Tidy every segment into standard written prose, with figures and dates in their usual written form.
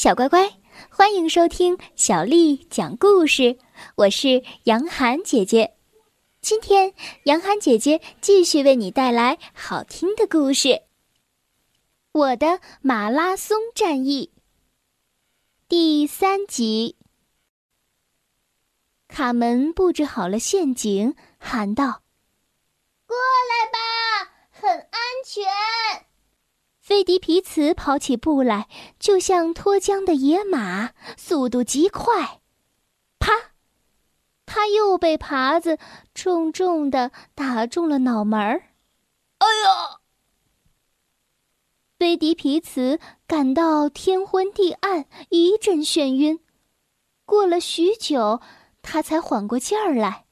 小乖乖，欢迎收听小丽讲故事，我是杨涵姐姐。今天杨涵姐姐继续为你带来好听的故事。我的马拉松战役第3集。卡门布置好了陷阱，喊道： 过来吧，很安全。 菲迪皮茨跑起步来，就像脱缰的野马，速度极快。啪！他又被耙子重重地打中了脑门儿。 哎呀！ 菲迪皮茨感到天昏地暗，一阵眩晕。过了许久，他才缓过劲儿来。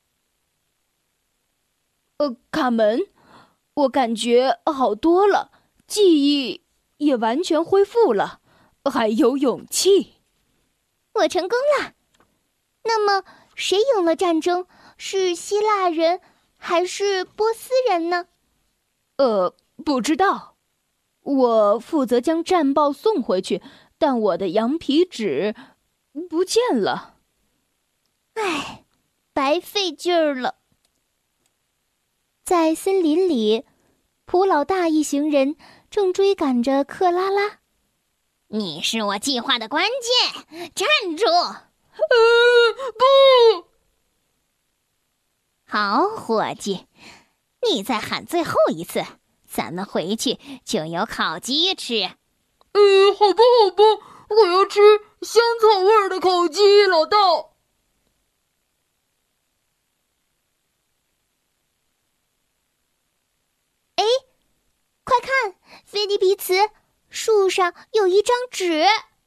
卡门，我感觉好多了。记忆也完全恢复了，还有勇气。 我成功了。那么，谁赢了战争？是希腊人还是波斯人呢？ 不知道。我负责将战报送回去，但我的羊皮纸不见了。 唉，白费劲儿了。在森林里，普老大一行人正追赶着克拉拉。 你是我计划的关键，站住！ 不！ 好伙计，你再喊最后一次，咱们回去就有烤鸡吃。 好吧，我要吃香草味的烤鸡，老大。 快看，菲迪皮茨，树上有一张纸。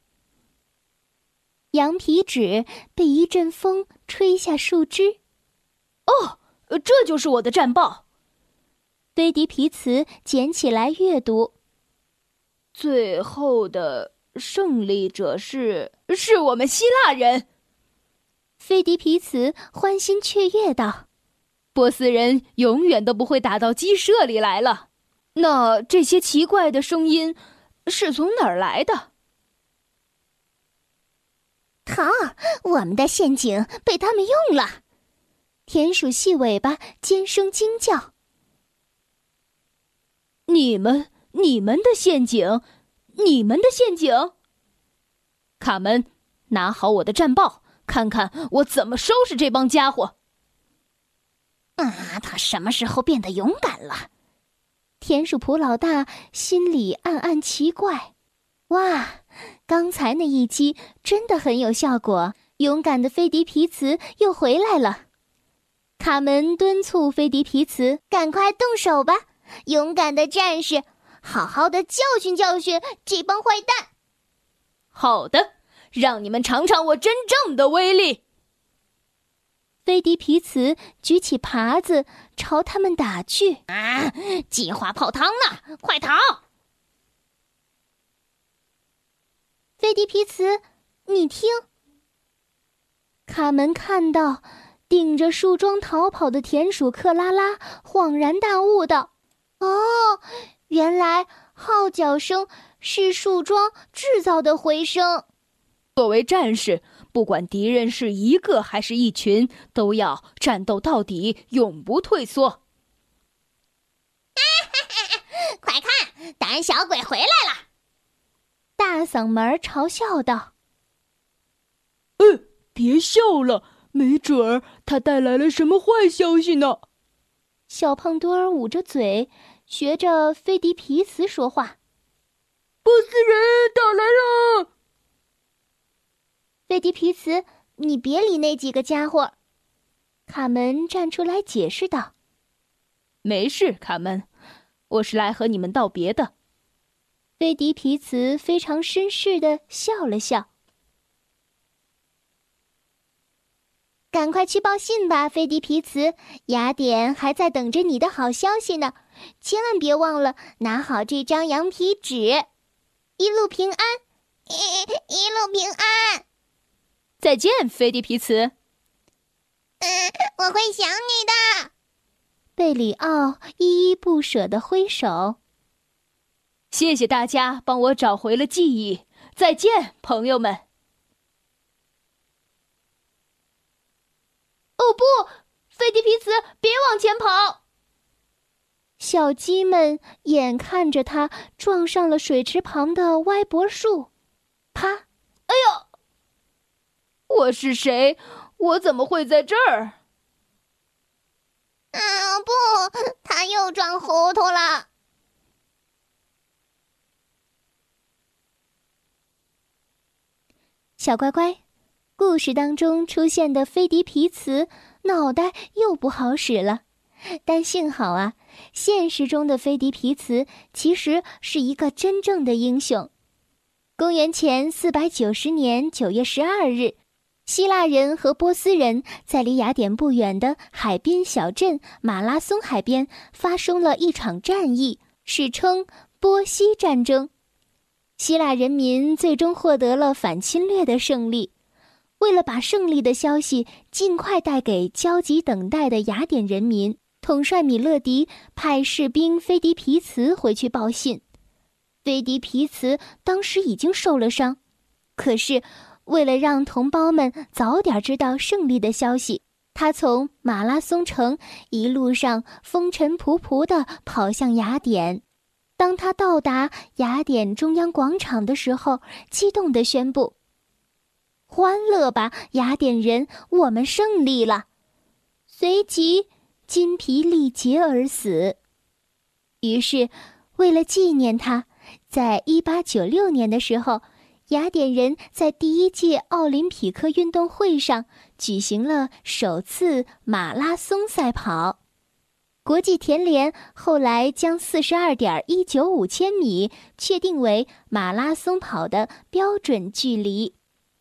羊皮纸被一阵风吹下树枝。 这就是我的战报。 菲迪皮茨捡起来阅读。 最后的胜利者是我们希腊人。 菲迪皮茨欢欣雀跃道： 波斯人永远都不会打到鸡舍里来了。那这些奇怪的声音是从哪儿来的？ 好，我们的陷阱被他们用了。田鼠细尾巴尖声惊叫： 你们的陷阱，你们的陷阱！卡门，拿好我的战报，看看我怎么收拾这帮家伙。 他什么时候变得勇敢了？ 田鼠普老大心里暗暗奇怪。哇，刚才那一击真的很有效果，勇敢的菲迪皮茨又回来了。卡门敦促菲迪皮茨赶快动手吧，勇敢的战士，好好的教训教训这帮坏蛋。 好的，让你们尝尝我真正的威力。 菲迪皮茨举起耙子朝他们打去。 计划泡汤呢，快逃！ 菲迪皮茨，你听。卡门看到顶着树桩逃跑的田鼠克拉拉，恍然大悟道：原来号角声是树桩制造的回声。 作为战士，不管敌人是一个还是一群，都要战斗到底，永不退缩。 快看，胆小鬼回来了！ 大嗓门嘲笑道： 别笑了，没准儿他带来了什么坏消息呢。 小胖墩儿捂着嘴，学着菲迪皮茨说话： 波斯人打来了！ 菲迪皮茨，你别理那几个家伙。卡门站出来解释道： 没事，卡门，我是来和你们道别的。 菲迪皮茨非常绅士地笑了笑。赶快去报信吧，菲迪皮茨，雅典还在等着你的好消息呢。千万别忘了拿好这张羊皮纸。一路平安， 一路平安。 再见，菲迪皮茨。 我会想你的。 贝里奥依依不舍地挥手。 谢谢大家帮我找回了记忆， 再见，朋友们。 哦不，菲迪皮茨，别往前跑！小鸡们眼看着它撞上了水池旁的歪脖树，啪！ 哎呦！我是谁？我怎么会在这儿？ 不，他又撞糊涂了。 小乖乖，故事当中出现的菲迪皮茨脑袋又不好使了，但幸好啊，现实中的菲迪皮茨其实是一个真正的英雄。公元前490年9月12日，希腊人和波斯人在离雅典不远的海滨小镇马拉松海边发生了一场战役，史称波西战争。希腊人民最终获得了反侵略的胜利。为了把胜利的消息尽快带给焦急等待的雅典人民，统帅米勒迪派士兵菲迪皮茨回去报信。菲迪皮茨当时已经受了伤，可是为了让同胞们早点知道胜利的消息，他从马拉松城一路上风尘仆仆地跑向雅典。当他到达雅典中央广场的时候，激动地宣布：欢乐吧，雅典人，我们胜利了！随即筋疲力竭而死。于是为了纪念他，在1896年的时候，雅典人在第1届奥林匹克运动会上举行了首次马拉松赛跑。国际田联后来将42.195千米确定为马拉松跑的标准距离。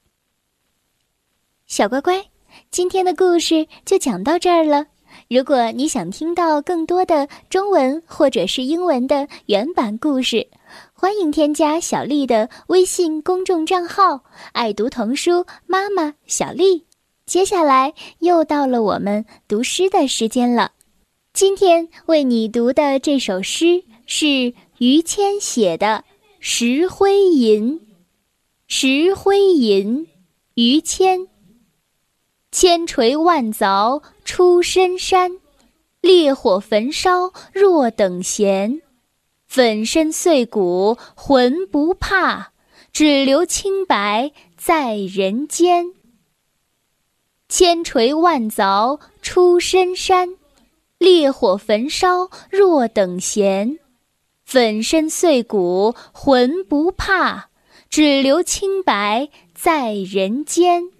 小乖乖，今天的故事就讲到这儿了。如果你想听到更多的中文或者是英文的原版故事，欢迎添加小丽的微信公众账号“爱读童书妈妈小丽”。接下来又到了我们读诗的时间了。今天为你读的这首诗是于谦写的《石灰吟》。石灰吟，于谦。千锤万凿出深山，烈火焚烧若等闲。粉身碎骨浑不怕，只留清白在人间。千锤万凿出深山，烈火焚烧若等闲。粉身碎骨浑不怕，只留清白在人间。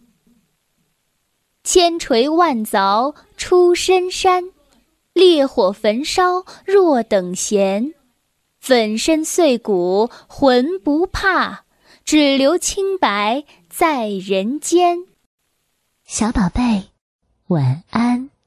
千锤万凿出深山，烈火焚烧若等闲。粉身碎骨浑不怕，只留清白在人间。小宝贝，晚安。